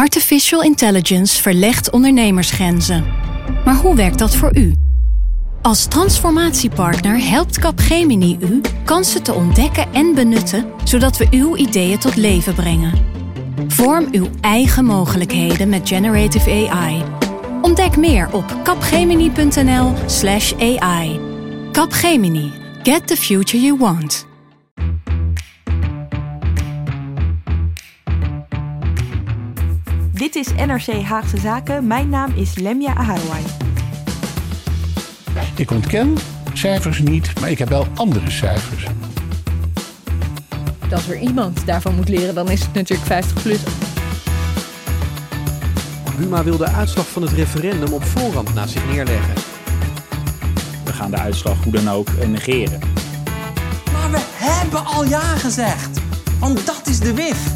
Artificial intelligence verlegt ondernemersgrenzen. Maar hoe werkt dat voor u? Als transformatiepartner helpt Capgemini u kansen te ontdekken en benutten, zodat we uw ideeën tot leven brengen. Vorm uw eigen mogelijkheden met Generative AI. Ontdek meer op capgemini.nl/AI. Capgemini. Get the future you want. Dit is NRC Haagse Zaken. Mijn naam is Lemia Aharouai. Ik ontken cijfers niet, maar ik heb wel andere cijfers. Als er iemand daarvan moet leren, dan is het natuurlijk 50 plus. Buma wil de uitslag van het referendum op voorhand naast zich neerleggen. We gaan de uitslag hoe dan ook negeren. Maar we hebben al ja gezegd. Want dat is de WIF.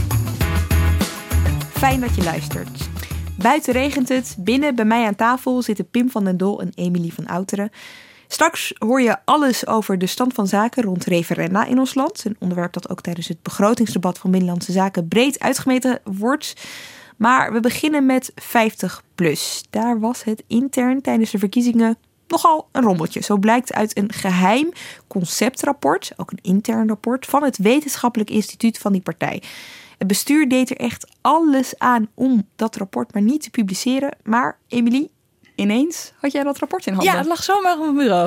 Fijn dat je luistert. Buiten regent het, binnen bij mij aan tafel zitten Pim van den Dol en Emilie van Outeren. Straks hoor je alles over de stand van zaken rond referenda in ons land. Een onderwerp dat ook tijdens het begrotingsdebat van Binnenlandse Zaken breed uitgemeten wordt. Maar we beginnen met 50PLUS. Daar was het intern tijdens de verkiezingen nogal een rommeltje. Zo blijkt uit een geheim conceptrapport, ook een intern rapport, van het Wetenschappelijk Instituut van die partij. Het bestuur deed er echt alles aan om dat rapport maar niet te publiceren. Maar Emilie, ineens had jij dat rapport in handen. Ja, het lag zomaar op mijn bureau.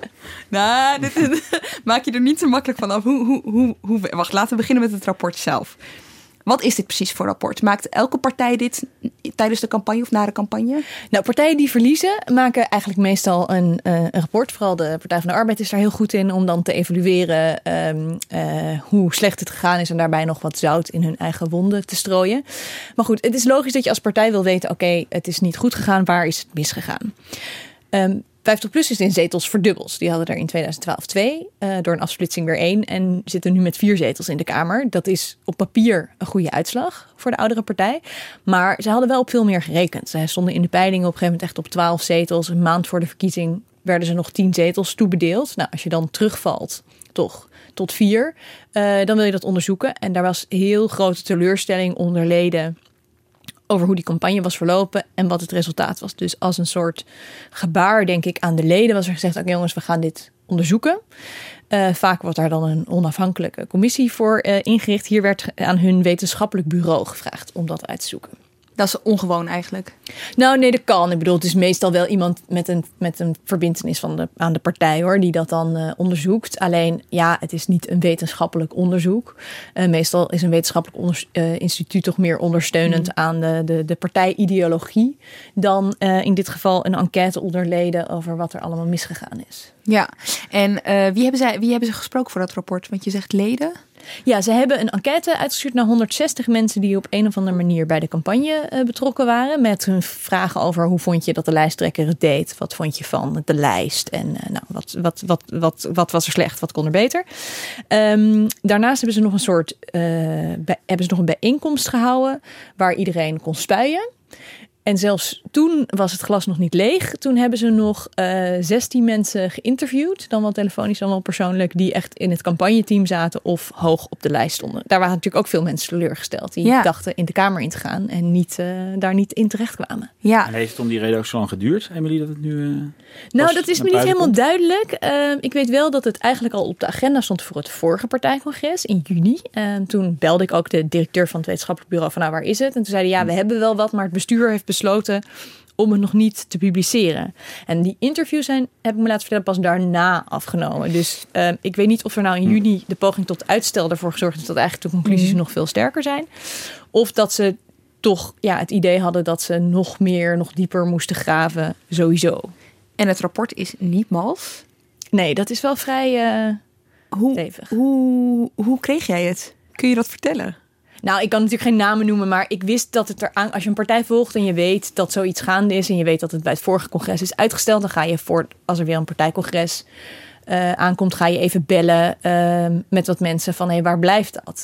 Nou, maak je er niet zo makkelijk van af. Wacht, laten we beginnen met het rapport zelf. Wat is dit precies voor rapport? Maakt elke partij dit tijdens de campagne of na de campagne? Nou, partijen die verliezen maken eigenlijk meestal een rapport. Vooral de Partij van de Arbeid is daar heel goed in om dan te evalueren hoe slecht het gegaan is en daarbij nog wat zout in hun eigen wonden te strooien. Maar goed, het is logisch dat je als partij wil weten, oké, het is niet goed gegaan, waar is het misgegaan? 50PLUS is in zetels verdubbeld. Die hadden er in 2012 2, door een afsplitsing weer 1 en zitten nu met 4 zetels in de Kamer. Dat is op papier een goede uitslag voor de oudere partij. Maar ze hadden wel op veel meer gerekend. Ze stonden in de peilingen op een gegeven moment echt op 12 zetels. Een maand voor de verkiezing werden ze nog 10 zetels toebedeeld. Nou, als je dan terugvalt toch tot 4, dan wil je dat onderzoeken. En daar was heel grote teleurstelling onder leden over hoe die campagne was verlopen en wat het resultaat was. Dus als een soort gebaar, denk ik, aan de leden was er gezegd, oké, jongens, we gaan dit onderzoeken. Vaak wordt daar dan een onafhankelijke commissie voor ingericht. Hier werd aan hun wetenschappelijk bureau gevraagd om dat uit te zoeken. Dat is ongewoon eigenlijk. Nou, nee, dat kan. Ik bedoel, het is meestal wel iemand met een verbintenis aan de partij, hoor, die dat dan onderzoekt. Alleen, ja, het is niet een wetenschappelijk onderzoek. Meestal is een wetenschappelijk instituut toch meer ondersteunend aan de partijideologie dan in dit geval een enquête onder leden over wat er allemaal misgegaan is. Ja, en wie hebben ze gesproken voor dat rapport? Want je zegt leden. Ja, ze hebben een enquête uitgestuurd naar 160 mensen die op een of andere manier bij de campagne betrokken waren. Met hun vragen over hoe vond je dat de lijsttrekker het deed? Wat vond je van de lijst? En wat was er slecht? Wat kon er beter? Daarnaast hebben ze nog een bijeenkomst gehouden waar iedereen kon spuien. En zelfs toen was het glas nog niet leeg. Toen hebben ze nog 16 mensen geïnterviewd. Dan wel telefonisch, dan wel persoonlijk. Die echt in het campagneteam zaten of hoog op de lijst stonden. Daar waren natuurlijk ook veel mensen teleurgesteld. Die dachten in de Kamer in te gaan en daar niet in terecht kwamen. Ja. En heeft het om die reden ook zo lang geduurd, Emilie, dat het nu nou, dat is me niet helemaal duidelijk. Ik weet wel dat het eigenlijk al op de agenda stond voor het vorige partijcongres in juni. Toen belde ik ook de directeur van het wetenschappelijk bureau van waar is het? En toen zeiden ja, we hebben wel wat, maar het bestuur heeft besloten om het nog niet te publiceren. En die interviews heb ik me laten vertellen pas daarna afgenomen. Dus ik weet niet of er nou in juni de poging tot uitstel ervoor gezorgd is dat eigenlijk de conclusies nog veel sterker zijn. Of dat ze toch het idee hadden dat ze nog dieper moesten graven, sowieso. En het rapport is niet mals. Nee, dat is wel vrij stevig. Hoe kreeg jij het? Kun je dat vertellen? Nou, ik kan natuurlijk geen namen noemen, maar ik wist dat het eraan, als je een partij volgt en je weet dat zoiets gaande is en je weet dat het bij het vorige congres is uitgesteld, dan ga je als er weer een partijcongres aankomt, ga je even bellen met wat mensen van waar blijft dat?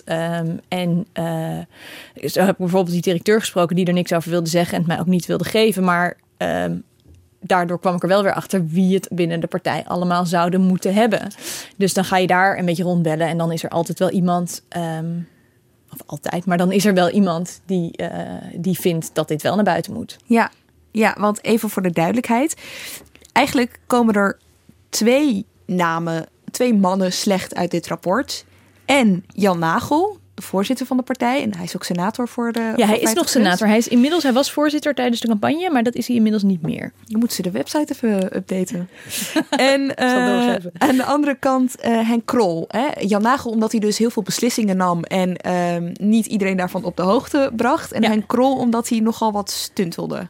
Zo heb ik bijvoorbeeld die directeur gesproken die er niks over wilde zeggen en het mij ook niet wilde geven, maar daardoor kwam ik er wel weer achter wie het binnen de partij allemaal zouden moeten hebben. Dus dan ga je daar een beetje rondbellen en dan is er altijd wel iemand Of altijd, maar dan is er wel iemand die vindt dat dit wel naar buiten moet. Ja, want even voor de duidelijkheid. Eigenlijk komen er 2 mannen slecht uit dit rapport. En Jan Nagel, de voorzitter van de partij. En hij is ook senator voor de... Ja, hij is nog senator. Hij was voorzitter tijdens de campagne, maar dat is hij inmiddels niet meer. Je moet ze de website even updaten. En aan de andere kant Henk Krol. Hè? Jan Nagel, omdat hij dus heel veel beslissingen nam en niet iedereen daarvan op de hoogte bracht. En Henk Krol, omdat hij nogal wat stuntelde.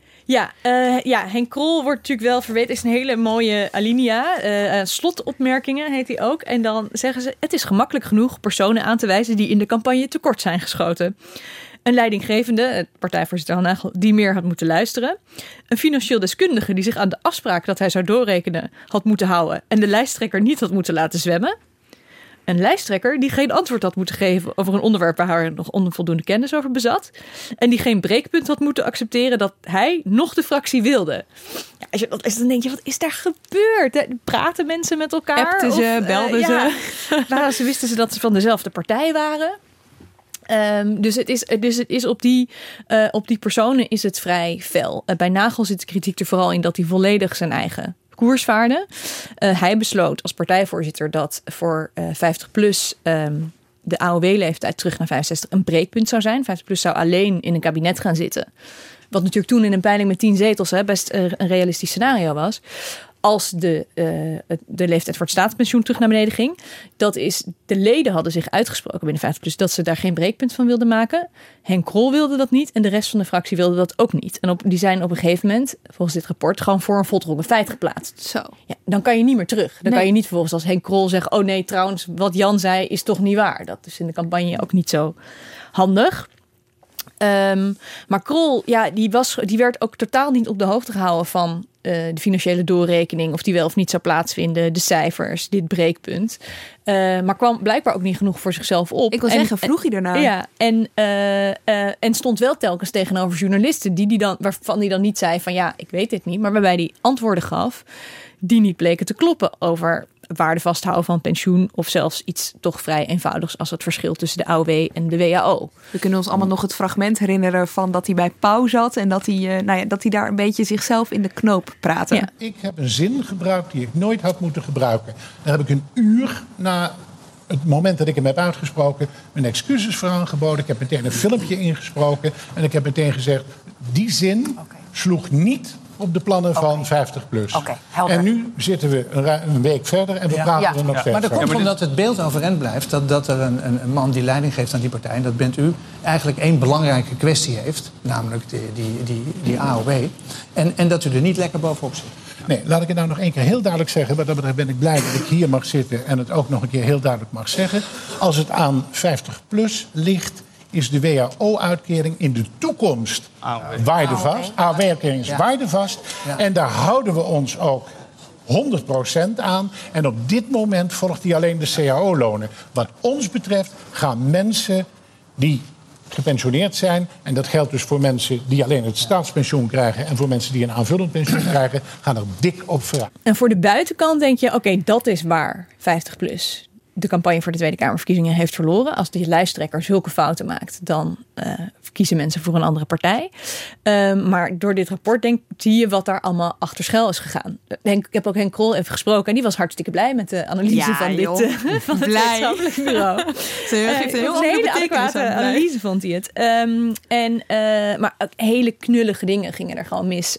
Ja, Henk Krol wordt natuurlijk wel verweten. Is een hele mooie alinea. Slotopmerkingen heet hij ook. En dan zeggen ze: het is gemakkelijk genoeg personen aan te wijzen die in de campagne tekort zijn geschoten. Een leidinggevende, het partijvoorzitter Han Nagel, die meer had moeten luisteren. Een financieel deskundige die zich aan de afspraak dat hij zou doorrekenen had moeten houden. En de lijsttrekker niet had moeten laten zwemmen. Een lijsttrekker die geen antwoord had moeten geven over een onderwerp waar hij nog onvoldoende kennis over bezat. En die geen breekpunt had moeten accepteren dat hij nog de fractie wilde. Ja, als je dat leest, dan denk je, wat is daar gebeurd? Praten mensen met elkaar? Appten ze, belden ze? Nou, ze wisten dat ze van dezelfde partij waren. Dus het is op die personen is het vrij fel. Bij Nagel zit de kritiek er vooral in dat hij volledig zijn eigen koers vaarde. Hij besloot als partijvoorzitter dat voor 50PLUS de AOW-leeftijd terug naar 65 een breekpunt zou zijn. 50PLUS zou alleen in een kabinet gaan zitten. Wat natuurlijk toen in een peiling met 10 zetels best een realistisch scenario was. Als de leeftijd voor het staatspensioen terug naar beneden ging. Dat is, de leden hadden zich uitgesproken binnen 50PLUS dat ze daar geen breekpunt van wilden maken. Henk Krol wilde dat niet en de rest van de fractie wilde dat ook niet. En die zijn op een gegeven moment, volgens dit rapport, gewoon voor een voltrongen feit geplaatst. Zo. Ja, dan kan je niet meer terug. Dan kan je niet vervolgens als Henk Krol zeggen: oh nee, trouwens, wat Jan zei is toch niet waar. Dat is in de campagne ook niet zo handig. Maar Krol, ja, die werd ook totaal niet op de hoogte gehouden van de financiële doorrekening, of die wel of niet zou plaatsvinden, de cijfers, dit breekpunt. Maar kwam blijkbaar ook niet genoeg voor zichzelf op. Ik wil zeggen, vroeg hij ernaar? Ja, en stond wel telkens tegenover journalisten waarvan hij dan niet zei van ja, ik weet dit niet, maar waarbij hij antwoorden gaf die niet bleken te kloppen over waarde vasthouden van pensioen of zelfs iets toch vrij eenvoudigs als het verschil tussen de AOW en de WAO. We kunnen ons allemaal nog het fragment herinneren van dat hij bij Pauw zat en dat hij daar een beetje zichzelf in de knoop praatte. Ja. Ik heb een zin gebruikt die ik nooit had moeten gebruiken. Daar heb ik een uur na het moment dat ik hem heb uitgesproken mijn excuses voor aangeboden. Ik heb meteen een filmpje ingesproken en ik heb meteen gezegd, die zin sloeg niet op de plannen van 50PLUS. En nu zitten we een week verder en we praten er nog steeds Maar dat komt over. omdat het beeld overeind blijft dat er een man die leiding geeft aan die partij, en dat bent u, eigenlijk één belangrijke kwestie heeft, namelijk die AOW. En dat u er niet lekker bovenop zit. Nee, laat ik het nou nog één keer heel duidelijk zeggen. Wat dat betreft ben ik blij dat ik hier mag zitten en het ook nog een keer heel duidelijk mag zeggen. Als het aan 50PLUS ligt, is de WAO-uitkering in de toekomst waardevast. AOW-uitkering is waardevast. Ja. En daar houden we ons ook 100% aan. En op dit moment volgt die alleen de CAO-lonen. Wat ons betreft gaan mensen die gepensioneerd zijn, en dat geldt dus voor mensen die alleen het staatspensioen krijgen en voor mensen die een aanvullend pensioen krijgen, gaan er dik op vooruit. En voor de buitenkant denk je, oké, dat is waar 50PLUS de campagne voor de Tweede Kamerverkiezingen heeft verloren. Als de lijsttrekker zulke fouten maakt, dan kiezen mensen voor een andere partij. Maar door dit rapport zie je wat daar allemaal achter schuil is gegaan. Ik heb ook Henk Krol even gesproken en die was hartistieke blij met de analyse van dit van het wetenschappelijk bureau. Ze heeft een heel hele adequate analyse, vond hij het. Maar ook hele knullige dingen gingen er gewoon mis.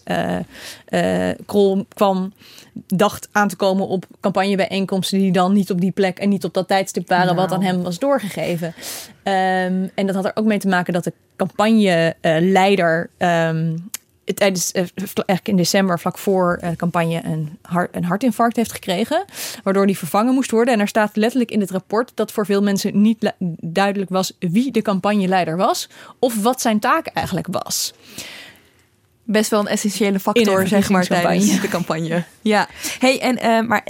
Krol dacht aan te komen op campagnebijeenkomsten die dan niet op die plek en niet op dat tijdstip waren wat aan hem was doorgegeven. En dat had er ook mee te maken dat de campagneleider tijdens eigenlijk in december, vlak voor de campagne, een hartinfarct heeft gekregen, waardoor die vervangen moest worden. En er staat letterlijk in het rapport dat voor veel mensen niet duidelijk was wie de campagneleider was of wat zijn taak eigenlijk was. Best wel een essentiële factor, zeg maar, tijdens de campagne. Ja, hey, maar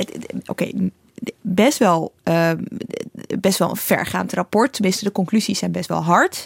best wel een vergaand rapport. Tenminste, de conclusies zijn best wel hard.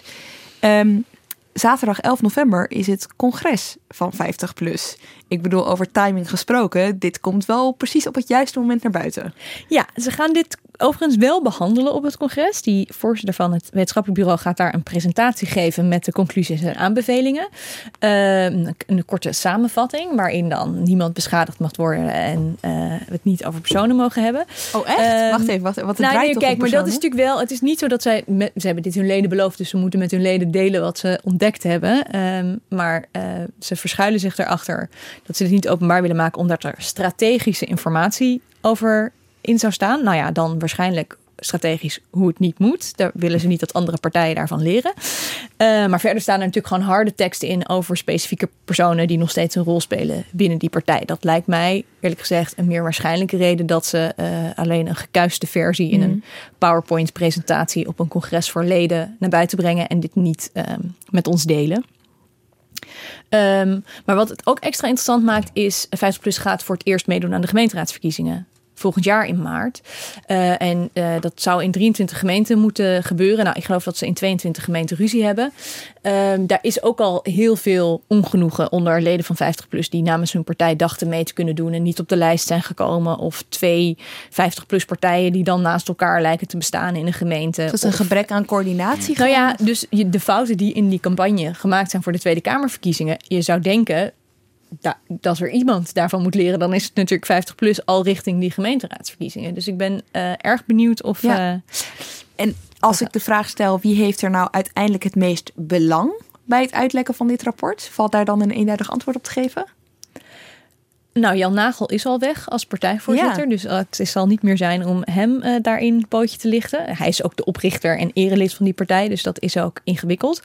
Zaterdag 11 november is het congres van 50PLUS. Ik bedoel, over timing gesproken, dit komt wel precies op het juiste moment naar buiten. Ja, ze gaan dit overigens wel behandelen op het congres. Die voorzitter van het wetenschappelijk bureau gaat daar een presentatie geven met de conclusies en aanbevelingen. Een korte samenvatting waarin dan niemand beschadigd mag worden en we het niet over personen mogen hebben. Oh echt? Wacht even, wat het draait kijk, maar dat is natuurlijk wel. Het is niet zo dat ze hebben dit hun leden beloofd, dus ze moeten met hun leden delen wat ze ontdekt hebben. Maar ze verschuilen zich erachter dat ze dit niet openbaar willen maken, omdat er strategische informatie over in zou staan. Nou ja, dan waarschijnlijk strategisch hoe het niet moet. Daar willen ze niet dat andere partijen daarvan leren. Maar verder staan er natuurlijk gewoon harde teksten in over specifieke personen die nog steeds een rol spelen binnen die partij. Dat lijkt mij eerlijk gezegd een meer waarschijnlijke reden dat ze alleen een gekuiste versie in een PowerPoint-presentatie op een congres voor leden naar buiten brengen en dit niet met ons delen. Maar wat het ook extra interessant maakt is 50PLUS gaat voor het eerst meedoen aan de gemeenteraadsverkiezingen. Volgend jaar in maart. Dat zou in 23 gemeenten moeten gebeuren. Nou, ik geloof dat ze in 22 gemeenten ruzie hebben. Daar is ook al heel veel ongenoegen onder leden van 50PLUS... die namens hun partij dachten mee te kunnen doen en niet op de lijst zijn gekomen. Of 2 50PLUS partijen die dan naast elkaar lijken te bestaan in een gemeente. Dat is een gebrek aan coördinatie. Nou ja, dus de fouten die in die campagne gemaakt zijn voor de Tweede Kamerverkiezingen. Je zou denken dat er iemand daarvan moet leren, dan is het natuurlijk 50PLUS al richting die gemeenteraadsverkiezingen. Dus ik ben erg benieuwd of... Ja. En als ik de vraag stel, wie heeft er nou uiteindelijk het meest belang bij het uitlekken van dit rapport? Valt daar dan een eenduidig antwoord op te geven? Nou, Jan Nagel is al weg als partijvoorzitter. Ja. Dus het zal niet meer zijn om hem daarin een pootje te lichten. Hij is ook de oprichter en erelid van die partij, dus dat is ook ingewikkeld.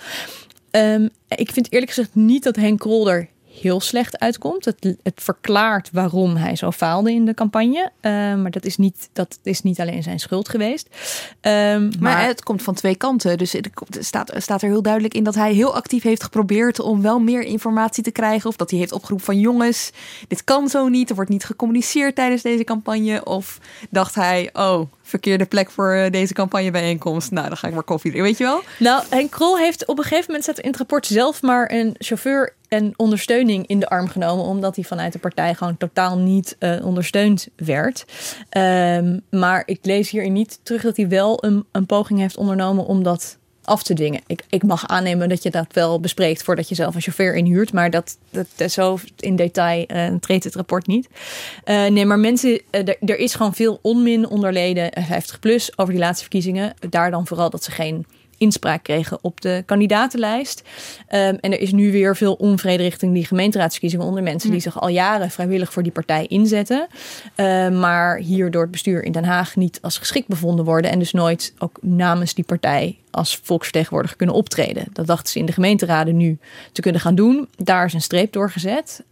Ik vind eerlijk gezegd niet dat Henk Krol er heel slecht uitkomt. Het verklaart waarom hij zo faalde in de campagne. Maar dat is niet alleen zijn schuld geweest. Maar het komt van 2 kanten. Dus het staat er heel duidelijk in dat hij heel actief heeft geprobeerd om wel meer informatie te krijgen. Of dat hij heeft opgeroepen van jongens, dit kan zo niet. Er wordt niet gecommuniceerd tijdens deze campagne. Of dacht hij, verkeerde plek voor deze campagnebijeenkomst. Nou, dan ga ik maar koffie drinken, weet je wel? Nou, Henk Krol heeft op een gegeven moment staat in het rapport zelf maar een chauffeur en ondersteuning in de arm genomen, omdat hij vanuit de partij gewoon totaal niet ondersteund werd. Maar ik lees hierin niet terug dat hij wel een poging heeft ondernomen om dat af te dwingen. Ik mag aannemen dat je dat wel bespreekt voordat je zelf een chauffeur inhuurt, maar dat zo in detail treedt het rapport niet. Nee, maar mensen, er is gewoon veel onmin onder leden 50PLUS over die laatste verkiezingen. Daar dan vooral dat ze geen inspraak kregen op de kandidatenlijst. En er is nu weer veel onvrede richting die gemeenteraadsverkiezingen onder mensen die zich al jaren vrijwillig voor die partij inzetten. Maar hier door het bestuur in Den Haag niet als geschikt bevonden worden en dus nooit ook namens die partij als volksvertegenwoordiger kunnen optreden. Dat dachten ze in de gemeenteraden nu te kunnen gaan doen. Daar is een streep door gezet.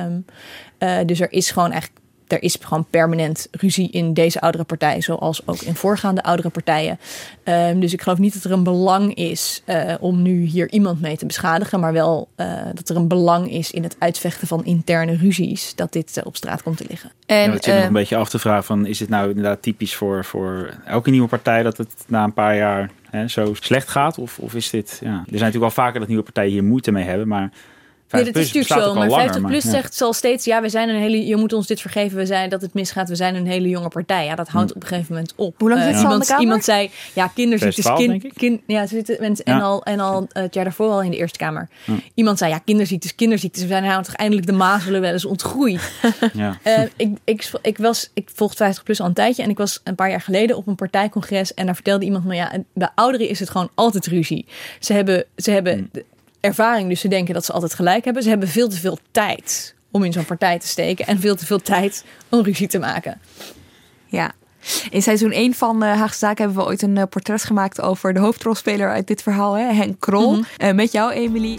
Dus er is gewoon permanent ruzie in deze oudere partij, zoals ook in voorgaande oudere partijen. Dus ik geloof niet dat er een belang is om nu hier iemand mee te beschadigen, maar wel dat er een belang is in het uitvechten van interne ruzies, dat dit op straat komt te liggen. En het zit nog een beetje af te vragen van, is het nou inderdaad typisch voor elke nieuwe partij dat het na een paar jaar zo slecht gaat? Of is dit... Ja. Er zijn natuurlijk wel vaker dat nieuwe partijen hier moeite mee hebben, maar... Ja, dat is natuurlijk zo, maar 50PLUS zegt zal steeds, je moet ons dit vergeven, dat het misgaat, we zijn een hele jonge partij. Ja, dat houdt op een gegeven moment op. Hoe lang zit ze aan de Kamer? Iemand zei, kinderziektes, ze zitten en al het jaar daarvoor al in de Eerste Kamer. Ja. Iemand zei, kinderziektes, we zijn nou toch eindelijk de mazelen wel eens ontgroeid. Ja. Ik volg 50PLUS al een tijdje en ik was een paar jaar geleden op een partijcongres en daar vertelde iemand me, bij ouderen is het gewoon altijd ruzie. Ze hebben ervaring, dus ze denken dat ze altijd gelijk hebben. Ze hebben veel te veel tijd om in zo'n partij te steken en veel te veel tijd om ruzie te maken. Ja. In seizoen 1 van Haagse Zaken hebben we ooit een portret gemaakt over de hoofdrolspeler uit dit verhaal, Henk Krol. Mm-hmm. Met jou, Emily.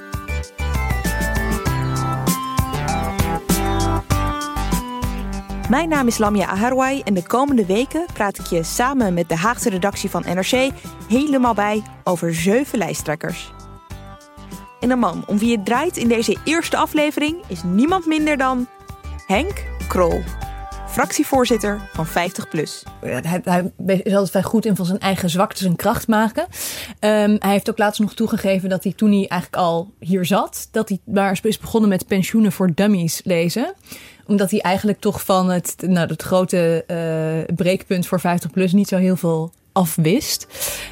Mijn naam is Lamia Aharwai en de komende weken praat ik je samen met de Haagse redactie van NRC helemaal bij over 7 lijsttrekkers. En de man om wie het draait in deze eerste aflevering is niemand minder dan Henk Krol, fractievoorzitter van 50PLUS. Hij is altijd vrij goed in van zijn eigen zwaktes een kracht maken. Hij heeft ook laatst nog toegegeven dat hij toen hij eigenlijk al hier zat, dat hij maar is begonnen met pensioenen voor dummies lezen. Omdat hij eigenlijk toch van het grote breekpunt voor 50PLUS niet zo heel veel afwist.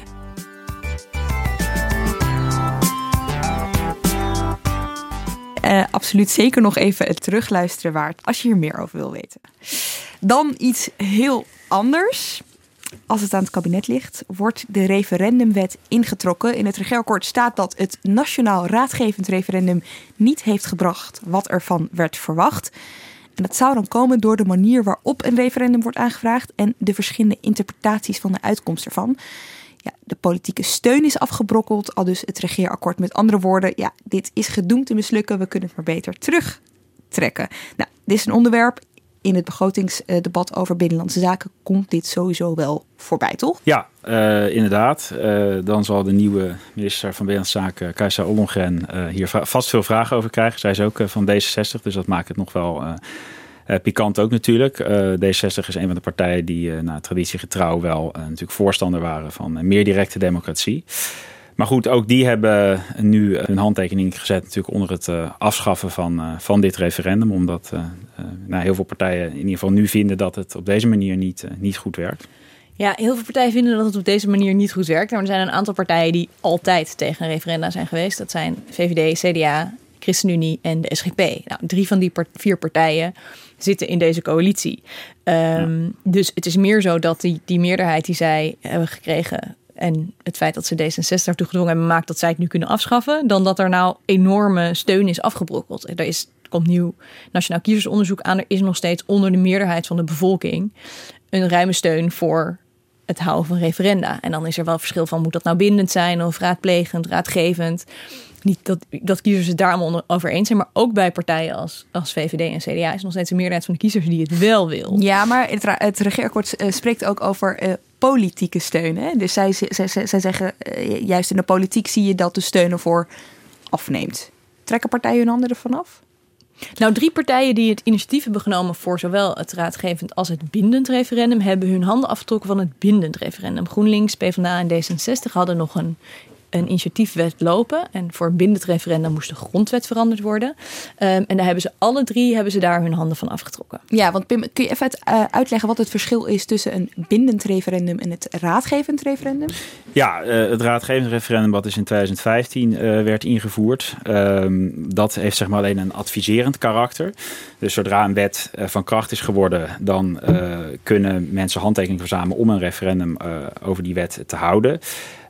Absoluut zeker nog even het terugluisteren waard als je hier meer over wil weten. Dan iets heel anders. Als het aan het kabinet ligt, wordt de referendumwet ingetrokken. In het regeerakkoord staat dat het nationaal raadgevend referendum niet heeft gebracht wat ervan werd verwacht. En dat zou dan komen door de manier waarop een referendum wordt aangevraagd en de verschillende interpretaties van de uitkomst ervan. Ja, de politieke steun is afgebrokkeld, al dus het regeerakkoord. Met andere woorden, ja, dit is gedoemd te mislukken. We kunnen het maar beter terugtrekken. Nou, dit is een onderwerp. In het begrotingsdebat over Binnenlandse Zaken komt dit sowieso wel voorbij, toch? Ja, inderdaad. Dan zal de nieuwe minister van Binnenlandse Zaken, Kajsa Ollongren, hier vast veel vragen over krijgen. Zij is ook van D66, dus dat maakt het nog wel pikant ook natuurlijk. D66 is een van de partijen die traditiegetrouw wel natuurlijk voorstander waren van meer directe democratie. Maar goed, ook die hebben nu hun handtekening gezet natuurlijk onder het afschaffen van dit referendum. Omdat heel veel partijen in ieder geval nu vinden dat het op deze manier niet goed werkt. Ja, heel veel partijen vinden dat het op deze manier niet goed werkt. Maar er zijn een aantal partijen die altijd tegen een referenda zijn geweest. Dat zijn VVD, CDA, ChristenUnie en de SGP. Nou, 3 van die 4 partijen zitten in deze coalitie. Dus het is meer zo dat die meerderheid die zij hebben gekregen en het feit dat ze D66 ertoe gedwongen hebben maakt dat zij het nu kunnen afschaffen, dan dat er nou enorme steun is afgebrokkeld. Er komt nieuw nationaal kiezersonderzoek aan. Er is nog steeds onder de meerderheid van de bevolking een ruime steun voor het houden van referenda. En dan is er wel verschil van, moet dat nou bindend zijn of raadplegend, raadgevend? Niet dat kiezers het daar allemaal over eens zijn, maar ook bij partijen als VVD en CDA is nog steeds een meerderheid van de kiezers die het wel wil. Ja, maar het regeerakkoord spreekt ook over politieke steun. Hè? Dus zij zeggen, juist in de politiek zie je dat de steun ervoor afneemt. Trekken partijen hun handen ervan af? Nou, 3 partijen die het initiatief hebben genomen voor zowel het raadgevend als het bindend referendum hebben hun handen afgetrokken van het bindend referendum. GroenLinks, PvdA en D66 hadden nog een initiatiefwet lopen. En voor een bindend referendum moest de grondwet veranderd worden. En daar hebben ze alle 3 daar hun handen van afgetrokken. Ja, want Pim, kun je even uitleggen wat het verschil is tussen een bindend referendum en het raadgevend referendum? Ja, het raadgevend referendum wat dus in 2015 werd ingevoerd. Dat heeft zeg maar alleen een adviserend karakter. Dus zodra een wet van kracht is geworden, dan kunnen mensen handtekeningen verzamelen om een referendum over die wet te houden.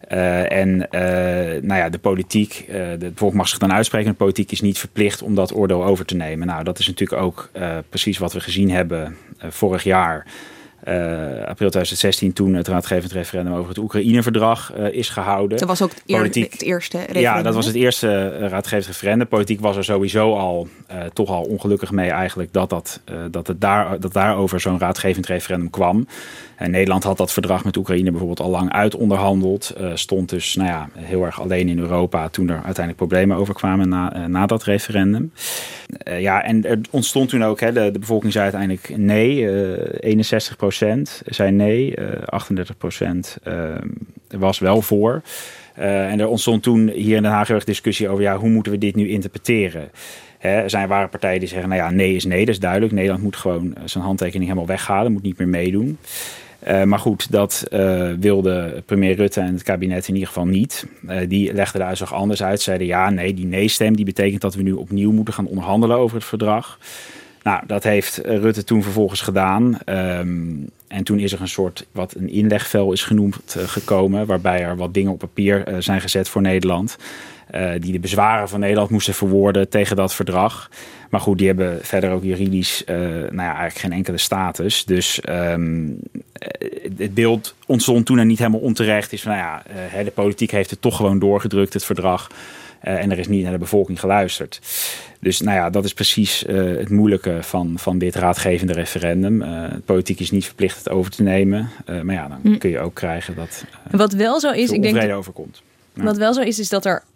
De politiek, de bevolking mag zich dan uitspreken. De politiek is niet verplicht om dat oordeel over te nemen. Nou, dat is natuurlijk ook precies wat we gezien hebben vorig jaar. April 2016, toen het raadgevend referendum over het Oekraïne-verdrag is gehouden. Dat was ook het eerste referendum. Ja, dat was het eerste raadgevend referendum. Politiek was er sowieso al toch al ongelukkig mee eigenlijk dat daarover zo'n raadgevend referendum kwam. Nederland had dat verdrag met Oekraïne bijvoorbeeld al lang uitonderhandeld. Stond dus heel erg alleen in Europa toen er uiteindelijk problemen overkwamen na dat referendum. En er ontstond toen ook, de bevolking zei uiteindelijk nee. 61% zei nee, 38% was wel voor. En er ontstond toen hier in Den Haag heel erg discussie over hoe moeten we dit nu interpreteren. Er waren partijen die zeggen, nee is nee, dat is duidelijk. Nederland moet gewoon zijn handtekening helemaal weghalen, moet niet meer meedoen. Maar goed, dat wilde premier Rutte en het kabinet in ieder geval niet. Die legden de uitslag anders uit. Zeiden die nee-stem die betekent dat we nu opnieuw moeten gaan onderhandelen over het verdrag. Nou, dat heeft Rutte toen vervolgens gedaan. En toen is er een soort, wat een inlegvel is genoemd, gekomen. Waarbij er wat dingen op papier zijn gezet voor Nederland. Die de bezwaren van Nederland moesten verwoorden tegen dat verdrag. Maar goed, die hebben verder ook juridisch eigenlijk geen enkele status. Dus het beeld ontstond toen er niet helemaal onterecht is van de politiek heeft het toch gewoon doorgedrukt, het verdrag. En er is niet naar de bevolking geluisterd. Dus dat is precies het moeilijke van dit raadgevende referendum. De politiek is niet verplicht het over te nemen. Maar dan kun je ook krijgen dat wat wel zo is, ik denk overkomt. Wat wel zo is dat er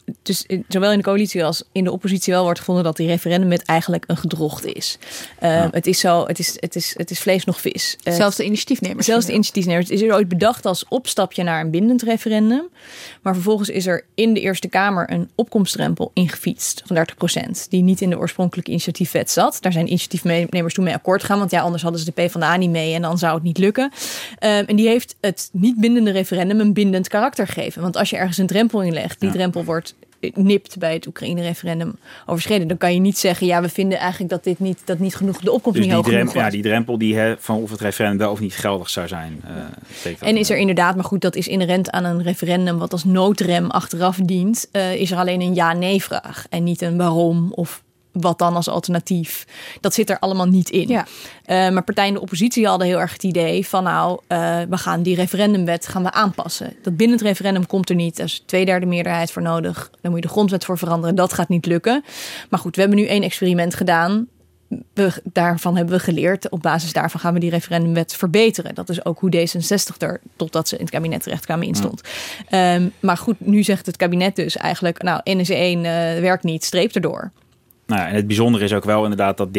dus zowel in de coalitie als in de oppositie wel wordt gevonden dat die referendumwet eigenlijk een gedrocht is. Het is vlees nog vis. Zelfs de initiatiefnemers. Het is er ooit bedacht als opstapje naar een bindend referendum. Maar vervolgens is er in de Eerste Kamer een opkomstdrempel ingefietst van 30%. Die niet in de oorspronkelijke initiatiefwet zat. Daar zijn initiatiefnemers toen mee akkoord gegaan. Want anders hadden ze de PvdA niet mee en dan zou het niet lukken. En die heeft het niet bindende referendum een bindend karakter gegeven. Want als je ergens een drempel inlegt, die drempel wordt nipt bij het Oekraïne-referendum overschreden, dan kan je niet zeggen, we vinden eigenlijk dat niet genoeg, de opkomst dus niet hoog genoeg was. Ja, die drempel van of het referendum wel of niet geldig zou zijn. En is er inderdaad, maar goed, dat is inherent aan een referendum wat als noodrem achteraf dient, is er alleen een ja-nee-vraag en niet een waarom of wat dan als alternatief. Dat zit er allemaal niet in. Ja. Maar partijen in de oppositie hadden heel erg het idee van we gaan die referendumwet aanpassen. Dat bindend referendum komt er niet. Er is 2/3 meerderheid voor nodig. Dan moet je de grondwet voor veranderen. Dat gaat niet lukken. Maar goed, we hebben nu 1 experiment gedaan. Daarvan hebben we geleerd. Op basis daarvan gaan we die referendumwet verbeteren. Dat is ook hoe D66 er, totdat ze in het kabinet terechtkwamen, in stond. Maar goed, nu zegt het kabinet dus eigenlijk, N is 1 werkt niet, streep erdoor. Nou, en het bijzondere is ook wel inderdaad dat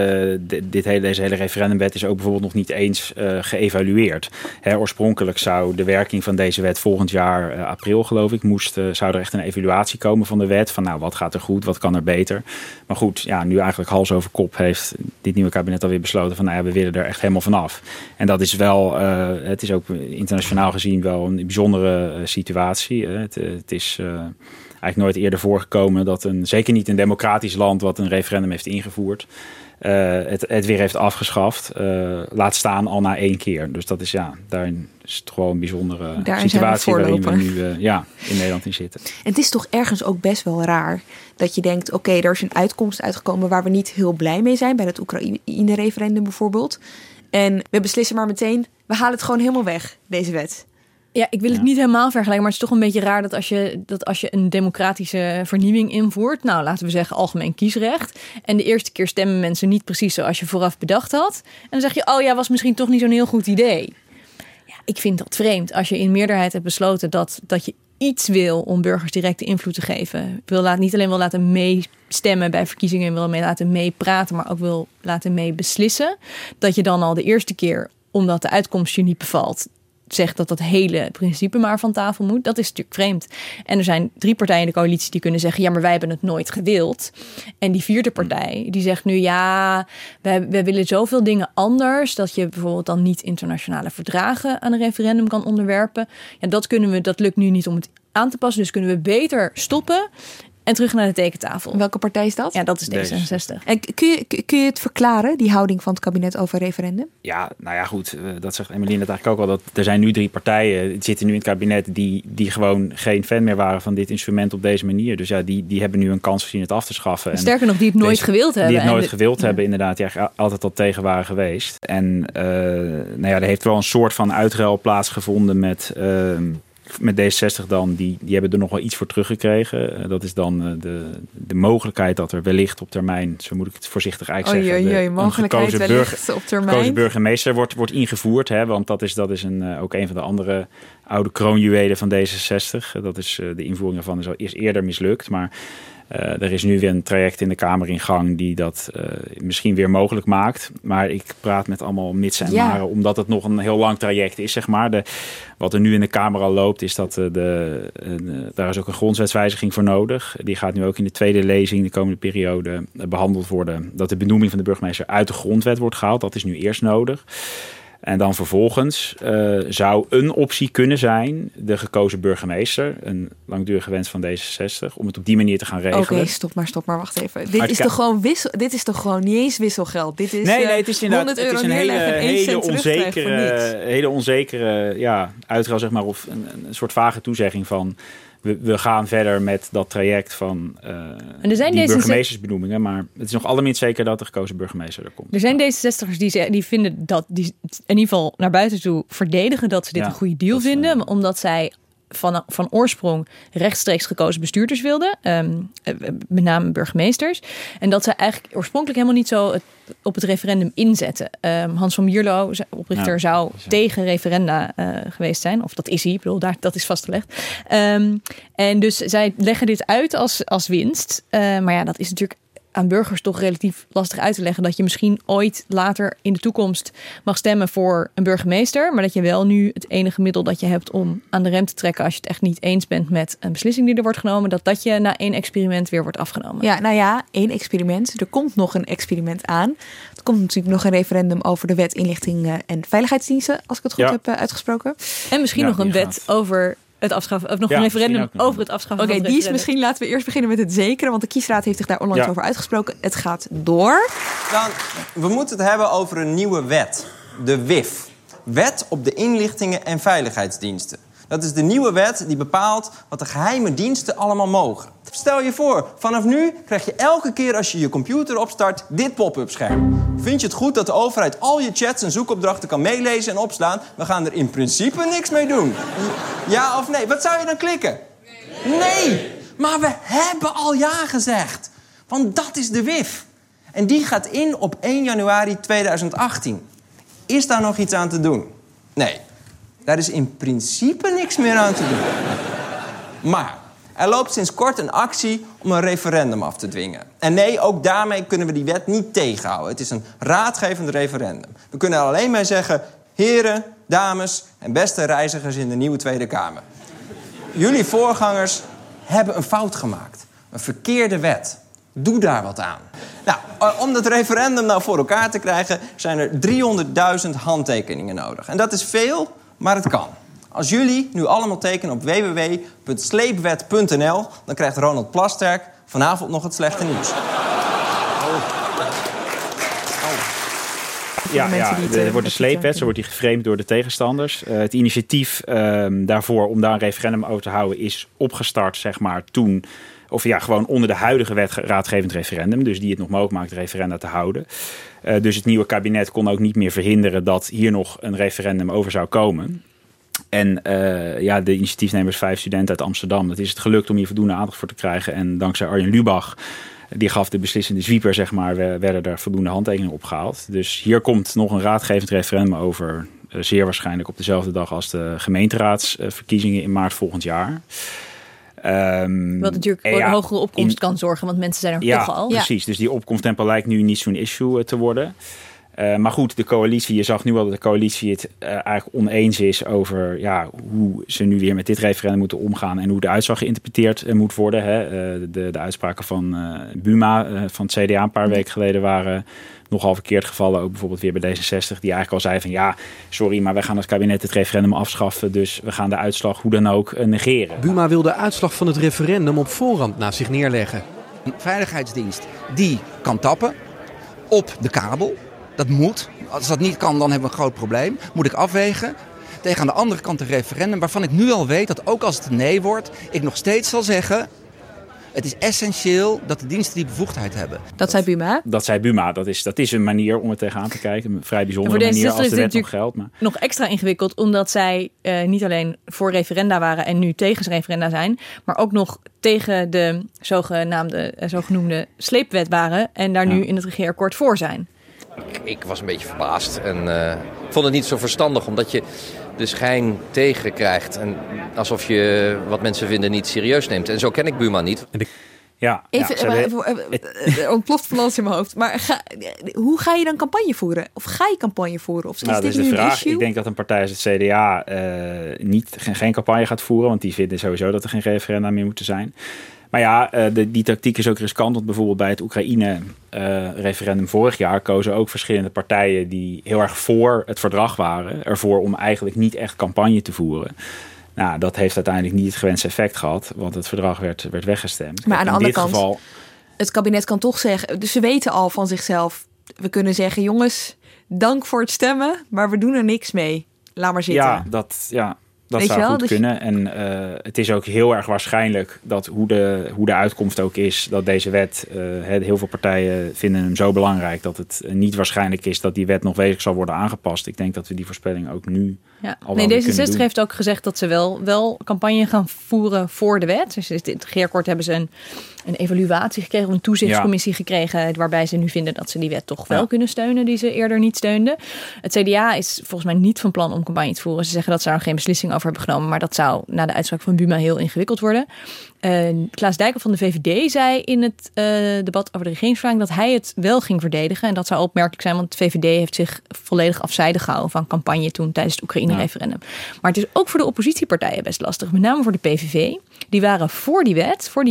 deze hele referendumwet is ook bijvoorbeeld nog niet eens geëvalueerd. Oorspronkelijk zou de werking van deze wet volgend jaar april, geloof ik, zou er echt een evaluatie komen van de wet. Van wat gaat er goed, wat kan er beter. Maar goed, nu eigenlijk hals over kop heeft dit nieuwe kabinet alweer besloten van we willen er echt helemaal vanaf. En dat is wel, het is ook internationaal gezien wel een bijzondere situatie. Het is eigenlijk nooit eerder voorgekomen dat zeker niet een democratisch land wat een referendum heeft ingevoerd, het weer heeft afgeschaft. Laat staan al na 1 keer. Dus dat is daarin is het gewoon een bijzondere situatie waarin we nu in Nederland in zitten. En het is toch ergens ook best wel raar dat je denkt, oké, er is een uitkomst uitgekomen waar we niet heel blij mee zijn, bij het Oekraïne-referendum bijvoorbeeld. En we beslissen maar meteen, we halen het gewoon helemaal weg, deze wet. Ja, ik wil het niet helemaal vergelijken, maar het is toch een beetje raar dat als je een democratische vernieuwing invoert, laten we zeggen algemeen kiesrecht, en de eerste keer stemmen mensen niet precies zoals je vooraf bedacht had, en dan zeg je, was misschien toch niet zo'n heel goed idee. Ja, ik vind dat vreemd. Als je in meerderheid hebt besloten dat je iets wil om burgers directe invloed te geven, niet alleen wil laten meestemmen bij verkiezingen, wil laten meepraten, maar ook wil laten meebeslissen, dat je dan al de eerste keer, omdat de uitkomst je niet bevalt, zegt dat hele principe maar van tafel moet. Dat is natuurlijk vreemd. En er zijn 3 partijen in de coalitie die kunnen zeggen, maar wij hebben het nooit gewild. En die 4e partij, die zegt nu, wij willen zoveel dingen anders, dat je bijvoorbeeld dan niet internationale verdragen aan een referendum kan onderwerpen. Ja, dat lukt nu niet om het aan te passen, dus kunnen we beter stoppen en terug naar de tekentafel. Welke partij is dat? Ja, dat is D66. En kun je het verklaren, die houding van het kabinet over referendum? Ja, goed. Dat zegt Emmeline het eigenlijk ook al. Dat er zijn nu 3 partijen, zitten nu in het kabinet, die gewoon geen fan meer waren van dit instrument op deze manier. Dus die hebben nu een kans gezien het af te schaffen. Sterker nog, die het nooit gewild hebben. Die het nooit gewild hebben, inderdaad. Die eigenlijk altijd al tegen waren geweest. En er heeft wel een soort van uitruil plaatsgevonden met D66 dan, die hebben er nog wel iets voor teruggekregen. Dat is dan de mogelijkheid dat er wellicht op termijn, zo moet ik het voorzichtig eigenlijk zeggen, mogelijkheid wellicht op termijn. Gekozen burgemeester wordt ingevoerd. Want dat is ook een van de andere oude kroonjuwelen van D66. Dat is de invoering ervan is eerder mislukt, maar er is nu weer een traject in de Kamer in gang die dat misschien weer mogelijk maakt. Maar ik praat met allemaal mitsen en maren, omdat het nog een heel lang traject is, zeg maar. Wat er nu in de Kamer al loopt, is dat daar is ook een grondwetswijziging voor nodig. Die gaat nu ook in de tweede lezing de komende periode behandeld worden. Dat de benoeming van de burgemeester uit de grondwet wordt gehaald. Dat is nu eerst nodig. En dan vervolgens zou een optie kunnen zijn de gekozen burgemeester, een langdurige wens van D66, om het op die manier te gaan regelen. Oké, stop maar, wacht even. Dit is toch gewoon niet eens wisselgeld? Dit is, nee, het is inderdaad het is een hele onzekere uitruil, zeg maar, of een soort vage toezegging van we gaan verder met dat traject van die burgemeestersbenoemingen. Maar het is nog allerminst zeker dat de gekozen burgemeester er komt. Er zijn D66'ers die vinden dat, die in ieder geval naar buiten toe verdedigen dat ze dit een goede deal vinden. Omdat zij van oorsprong rechtstreeks gekozen bestuurders wilden. Met name burgemeesters. En dat zij eigenlijk oorspronkelijk helemaal niet zo op het referendum inzetten. Hans van Mierlo, oprichter, zou tegen referenda geweest zijn. Of dat is hij, ik bedoel, dat is vastgelegd. En dus zij leggen dit uit als winst. Maar ja, dat is natuurlijk aan burgers toch relatief lastig uit te leggen. Dat je misschien ooit later in de toekomst mag stemmen voor een burgemeester. Maar dat je wel nu het enige middel dat je hebt om aan de rem te trekken als je het echt niet eens bent met een beslissing die er wordt genomen. Dat je na 1 experiment weer wordt afgenomen. Ja, nou ja, 1 experiment. Er komt nog een experiment aan. Er komt natuurlijk nog een referendum over de wet inlichting en veiligheidsdiensten. Als ik het goed heb uitgesproken. En misschien nog een wet over het afschaffen, of nog een referendum over het afschaffen. Oké, die is misschien, laten we eerst beginnen met het zekere, want de kiesraad heeft zich daar onlangs over uitgesproken. Het gaat door. We moeten het hebben over een nieuwe wet. De WIF. Wet op de inlichtingen en veiligheidsdiensten. Dat is de nieuwe wet die bepaalt wat de geheime diensten allemaal mogen. Stel je voor, vanaf nu krijg je elke keer als je je computer opstart dit pop-up scherm. Vind je het goed dat de overheid al je chats en zoekopdrachten kan meelezen en opslaan? We gaan er in principe niks mee doen. Ja of nee? Wat zou je dan klikken? Nee! Maar we hebben al ja gezegd. Want dat is de WIF. En die gaat in op 1 januari 2018. Is daar nog iets aan te doen? Nee. Daar is in principe niks meer aan te doen. Maar er loopt sinds kort een actie om een referendum af te dwingen. En nee, ook daarmee kunnen we die wet niet tegenhouden. Het is een raadgevend referendum. We kunnen er alleen maar zeggen: heren, dames en beste reizigers in de nieuwe Tweede Kamer. Jullie voorgangers hebben een fout gemaakt. Een verkeerde wet. Doe daar wat aan. Nou, om dat referendum nou voor elkaar te krijgen zijn er 300.000 handtekeningen nodig. En dat is veel, maar het kan. Als jullie nu allemaal tekenen op www.sleepwet.nl... dan krijgt Ronald Plasterk vanavond nog het slechte nieuws. Er wordt een sleepwet, zo wordt die geframed door de tegenstanders. Het initiatief daarvoor om daar een referendum over te houden is opgestart, zeg maar, toen. Of ja, gewoon onder de huidige wet raadgevend referendum. Dus die het nog mogelijk maakt referenda te houden. Dus het nieuwe kabinet kon ook niet meer verhinderen dat hier nog een referendum over zou komen. En de initiatiefnemers 5 studenten uit Amsterdam. Dat is het gelukt om hier voldoende aandacht voor te krijgen. En dankzij Arjen Lubach, die gaf de beslissende zwieper, zeg maar, werden er voldoende handtekeningen opgehaald. Dus hier komt nog een raadgevend referendum over. Zeer waarschijnlijk op dezelfde dag als de gemeenteraadsverkiezingen in maart volgend jaar. Wat natuurlijk voor een hogere opkomst kan zorgen, want mensen zijn er toch al. Precies. Dus die opkomsttempo lijkt nu niet zo'n issue te worden. Maar goed, de coalitie, je zag nu al dat de coalitie het eigenlijk oneens is over hoe ze nu weer met dit referendum moeten omgaan en hoe de uitslag geïnterpreteerd moet worden. Hè. De uitspraken van Buma van het CDA een paar weken geleden waren nogal verkeerd gevallen. Ook bijvoorbeeld weer bij D66, die eigenlijk al zei van sorry, maar wij gaan als kabinet het referendum afschaffen, dus we gaan de uitslag hoe dan ook negeren. Buma wil de uitslag van het referendum op voorhand naast zich neerleggen. Een veiligheidsdienst die kan tappen op de kabel. Dat moet. Als dat niet kan, dan hebben we een groot probleem. Moet ik afwegen. Tegen aan de andere kant een referendum waarvan ik nu al weet dat ook als het een nee wordt, ik nog steeds zal zeggen: het is essentieel dat de diensten die bevoegdheid hebben. Dat zei Buma? Dat zei Buma. Dat is een manier om het tegenaan te kijken. Een vrij bijzondere manier als de wet nog geldt. Maar nog extra ingewikkeld, omdat zij niet alleen voor referenda waren en nu tegen referenda zijn, maar ook nog tegen de zogenoemde sleepwet waren en daar nu in het regeerakkoord voor zijn. Ik was een beetje verbaasd en vond het niet zo verstandig, omdat je de schijn tegen krijgt en alsof je wat mensen vinden niet serieus neemt. En zo ken ik Buma niet. Er ontploft van alles in mijn hoofd. Maar hoe ga je dan campagne voeren? Of ga je campagne voeren? Of is dat dit is nu de vraag. een issue? Ik denk dat een partij als het CDA geen campagne gaat voeren, want die vinden sowieso dat er geen referenda meer moeten zijn. Maar die tactiek is ook riskant, want bijvoorbeeld bij het Oekraïne-referendum vorig jaar kozen ook verschillende partijen die heel erg voor het verdrag waren, ervoor om eigenlijk niet echt campagne te voeren. Nou, dat heeft uiteindelijk niet het gewenste effect gehad, want het verdrag werd weggestemd. Maar aan de andere kant, het kabinet kan toch zeggen, dus ze weten al van zichzelf, we kunnen zeggen, jongens, dank voor het stemmen, maar we doen er niks mee. Laat maar zitten. Dat zou goed kunnen. En het is ook heel erg waarschijnlijk dat hoe de uitkomst ook is, dat deze wet, heel veel partijen vinden hem zo belangrijk dat het niet waarschijnlijk is dat die wet nog wezenlijk zal worden aangepast. Ik denk dat we die voorspelling ook nu al wel D66 heeft ook gezegd dat ze wel campagne gaan voeren voor de wet. Dus in het regeerakkoord hebben ze een evaluatie gekregen, een toezichtscommissie gekregen, waarbij ze nu vinden dat ze die wet toch wel kunnen steunen, die ze eerder niet steunden. Het CDA is volgens mij niet van plan om campagne te voeren. Ze zeggen dat ze daar geen beslissing over hebben genomen, maar dat zou na de uitspraak van Buma heel ingewikkeld worden. Klaas Dijkhoff van de VVD zei in het debat over de regeringsverklaring dat hij het wel ging verdedigen. En dat zou opmerkelijk zijn, want de VVD heeft zich volledig afzijdig gehouden van campagne toen tijdens het Oekraïne-referendum. Maar het is ook voor de oppositiepartijen best lastig. Met name voor de PVV. Die waren voor die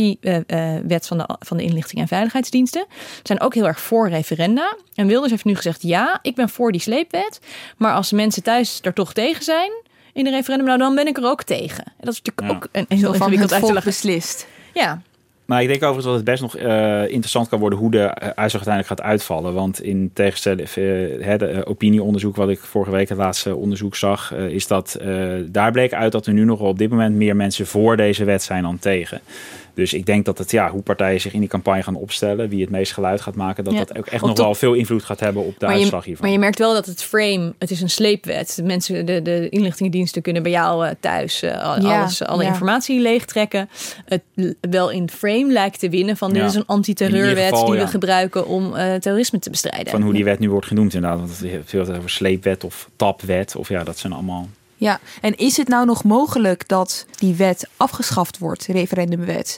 wet van de inlichting en veiligheidsdiensten. Zijn ook heel erg voor referenda. En Wilders heeft nu gezegd, ja, ik ben voor die sleepwet. Maar als mensen thuis er toch tegen zijn in de referendum, nou dan ben ik er ook tegen. En dat is natuurlijk ook een heel ingewikkeld uit te leggen. Beslist. Ja. Maar ik denk overigens dat het best nog interessant kan worden hoe de uitslag uiteindelijk gaat uitvallen. Want in tegenstelling de opinieonderzoek wat ik vorige week het laatste onderzoek zag, is dat daar bleek uit dat er nu nog op dit moment meer mensen voor deze wet zijn dan tegen. Dus ik denk dat het, hoe partijen zich in die campagne gaan opstellen, wie het meest geluid gaat maken, dat ook echt nog wel veel invloed gaat hebben op de uitslag hiervan. Maar je merkt wel dat het frame, het is een sleepwet. De mensen, de inlichtingendiensten kunnen bij jou thuis alle informatie leegtrekken. Het wel in frame lijkt te winnen van dit is een antiterreurwet die we gebruiken om terrorisme te bestrijden. Van hoe die wet nu wordt genoemd inderdaad. Want het heeft veel over sleepwet of tapwet of dat zijn allemaal. Ja, en is het nou nog mogelijk dat die wet afgeschaft wordt, de referendumwet,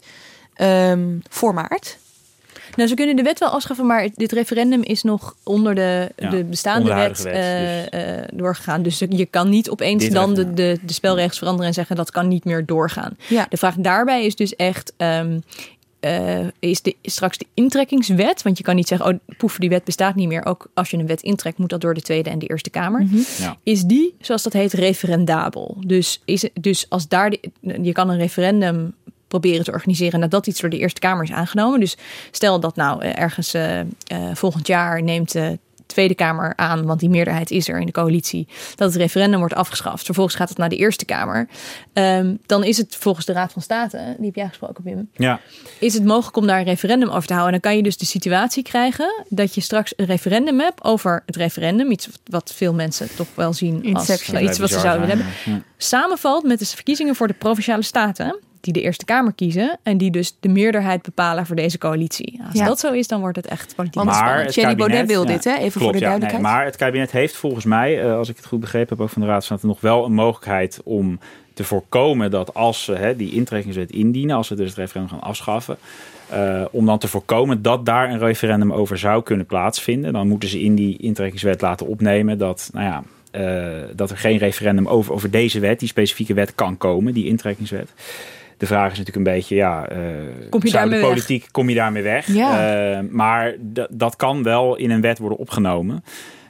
voor maart? Nou, ze kunnen de wet wel afschaffen, maar dit referendum is nog onder de bestaande wet doorgegaan. Dus je kan niet opeens de spelregels veranderen en zeggen dat kan niet meer doorgaan. Ja. De vraag daarbij is dus echt, is straks de intrekkingswet, want je kan niet zeggen, die wet bestaat niet meer. Ook als je een wet intrekt, moet dat door de Tweede en de Eerste Kamer. Mm-hmm. Ja. Is die, zoals dat heet, referendabel? Dus als je kan een referendum proberen te organiseren nadat iets door de Eerste Kamer is aangenomen. Dus stel dat ergens volgend jaar neemt de Tweede Kamer aan, want die meerderheid is er in de coalitie, dat het referendum wordt afgeschaft. Vervolgens gaat het naar de Eerste Kamer. Dan is het volgens de Raad van State, die heb jij gesproken, Wim, is het mogelijk om daar een referendum over te houden. En dan kan je dus de situatie krijgen dat je straks een referendum hebt over het referendum, iets wat veel mensen toch wel zien als iets wat ze zouden willen hebben, samenvalt met de verkiezingen voor de Provinciale Staten, die de Eerste Kamer kiezen en die dus de meerderheid bepalen voor deze coalitie. Als dat zo is, dan wordt het echt politiek spannend. Thierry Baudet wil dit, even voor de duidelijkheid. Maar het kabinet heeft volgens mij, als ik het goed begrepen heb, ook van de Raad van State, nog wel een mogelijkheid om te voorkomen dat als ze die intrekkingswet indienen, als ze dus het referendum gaan afschaffen, om dan te voorkomen dat daar een referendum over zou kunnen plaatsvinden. Dan moeten ze in die intrekkingswet laten opnemen dat, dat er geen referendum over deze wet, die specifieke wet, kan komen, die intrekkingswet. De vraag is natuurlijk een beetje, kom je daarmee weg? Ja. Maar dat kan wel in een wet worden opgenomen.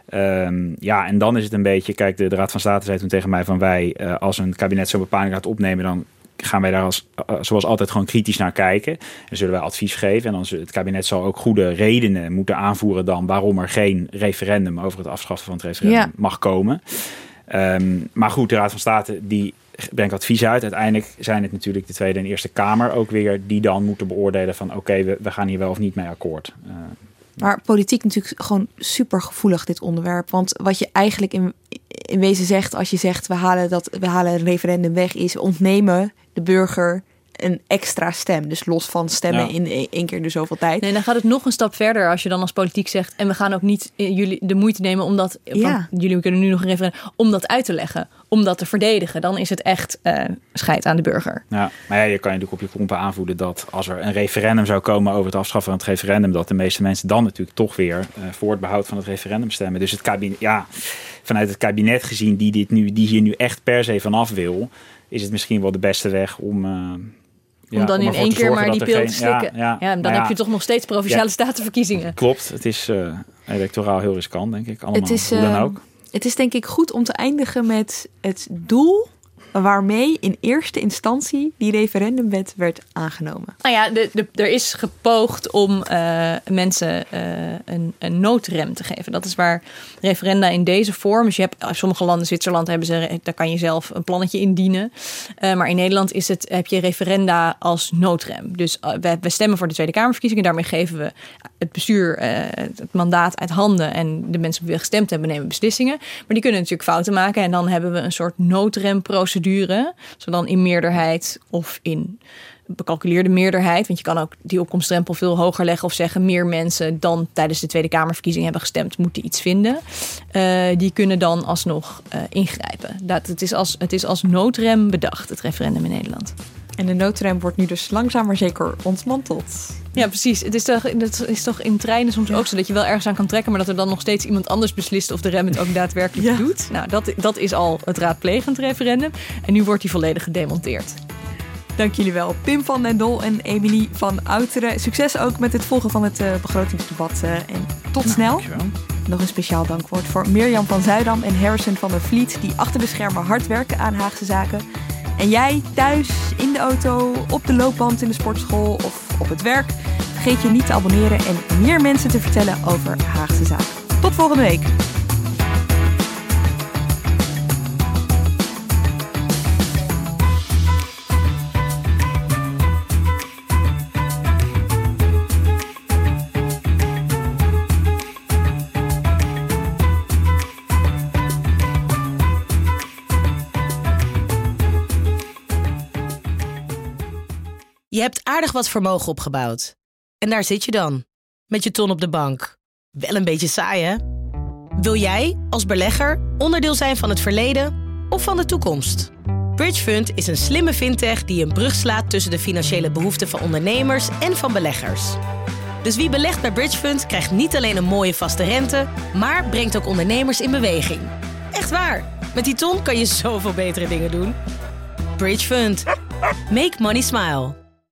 En dan is het een beetje, kijk, de Raad van State zei toen tegen mij van als een kabinet zo'n bepaling gaat opnemen, dan gaan wij daar zoals altijd gewoon kritisch naar kijken. En zullen wij advies geven. En dan het kabinet zal ook goede redenen moeten aanvoeren dan waarom er geen referendum over het afschaffen van het referendum mag komen. Maar goed, de Raad van State die brengt advies uit. Uiteindelijk zijn het natuurlijk de Tweede en Eerste Kamer ook weer die dan moeten beoordelen van we gaan hier wel of niet mee akkoord. Maar politiek natuurlijk gewoon super gevoelig dit onderwerp. Want wat je eigenlijk in wezen zegt als je zegt we halen een referendum weg is ontnemen de burger een extra stem. Dus los van stemmen in één keer de zoveel tijd. Nee, dan gaat het nog een stap verder als je dan als politiek zegt en we gaan ook niet jullie de moeite nemen om dat, jullie kunnen nu nog een referendum, om dat uit te leggen, om dat te verdedigen. Dan is het echt scheid aan de burger. Ja, maar je kan je natuurlijk op je klompen aanvoelen dat als er een referendum zou komen over het afschaffen van het referendum, dat de meeste mensen dan natuurlijk toch weer voor het behoud van het referendum stemmen. Dus het kabinet, vanuit het kabinet gezien die hier nu echt per se vanaf wil, is het misschien wel de beste weg om dan in één keer maar die pil te slikken. Dan heb je toch nog steeds Provinciale Statenverkiezingen. Klopt, het is electoraal heel riskant, denk ik. Allemaal, hoe dan ook. Het is denk ik goed om te eindigen met het doel waarmee in eerste instantie die referendumwet werd aangenomen. Nou ja, er is gepoogd om mensen een noodrem te geven. Dat is waar referenda in deze vorm. Dus je hebt in sommige landen, Zwitserland, daar kan je zelf een plannetje indienen. Maar in Nederland heb je referenda als noodrem. Dus we stemmen voor de Tweede Kamerverkiezingen. Daarmee geven we het bestuur het mandaat uit handen. En de mensen die gestemd hebben nemen beslissingen. Maar die kunnen natuurlijk fouten maken. En dan hebben we een soort noodremprocedure. Zodat in meerderheid of in becalculeerde meerderheid. Want je kan ook die opkomstdrempel veel hoger leggen. Of zeggen meer mensen dan tijdens de Tweede Kamerverkiezingen hebben gestemd. Moeten iets vinden. Die kunnen dan alsnog ingrijpen. Het is als noodrem bedacht, het referendum in Nederland. En de noodrem wordt nu dus langzaam maar zeker ontmanteld. Ja, precies. Het is toch in treinen soms ook zo dat je wel ergens aan kan trekken, maar dat er dan nog steeds iemand anders beslist of de rem het ook daadwerkelijk doet. Nou, dat is al het raadplegend referendum. En nu wordt die volledig gedemonteerd. Dank jullie wel, Pim van den Dol en Emilie van Outeren. Succes ook met het volgen van het begrotingsdebat. En tot snel. Dankjewel. Nog een speciaal dankwoord voor Mirjam van Zuidam en Harrison van der Vliet, die achter de schermen hard werken aan Haagse Zaken. En jij thuis, in de auto, op de loopband in de sportschool of op het werk, vergeet je niet te abonneren en meer mensen te vertellen over Haagse Zaken. Tot volgende week. Je hebt aardig wat vermogen opgebouwd. En daar zit je dan, met je ton op de bank. Wel een beetje saai, hè? Wil jij, als belegger, onderdeel zijn van het verleden of van de toekomst? Bridgefund is een slimme fintech die een brug slaat tussen de financiële behoeften van ondernemers en van beleggers. Dus wie belegt bij Bridgefund krijgt niet alleen een mooie vaste rente, maar brengt ook ondernemers in beweging. Echt waar, met die ton kan je zoveel betere dingen doen. Bridgefund. Make money smile.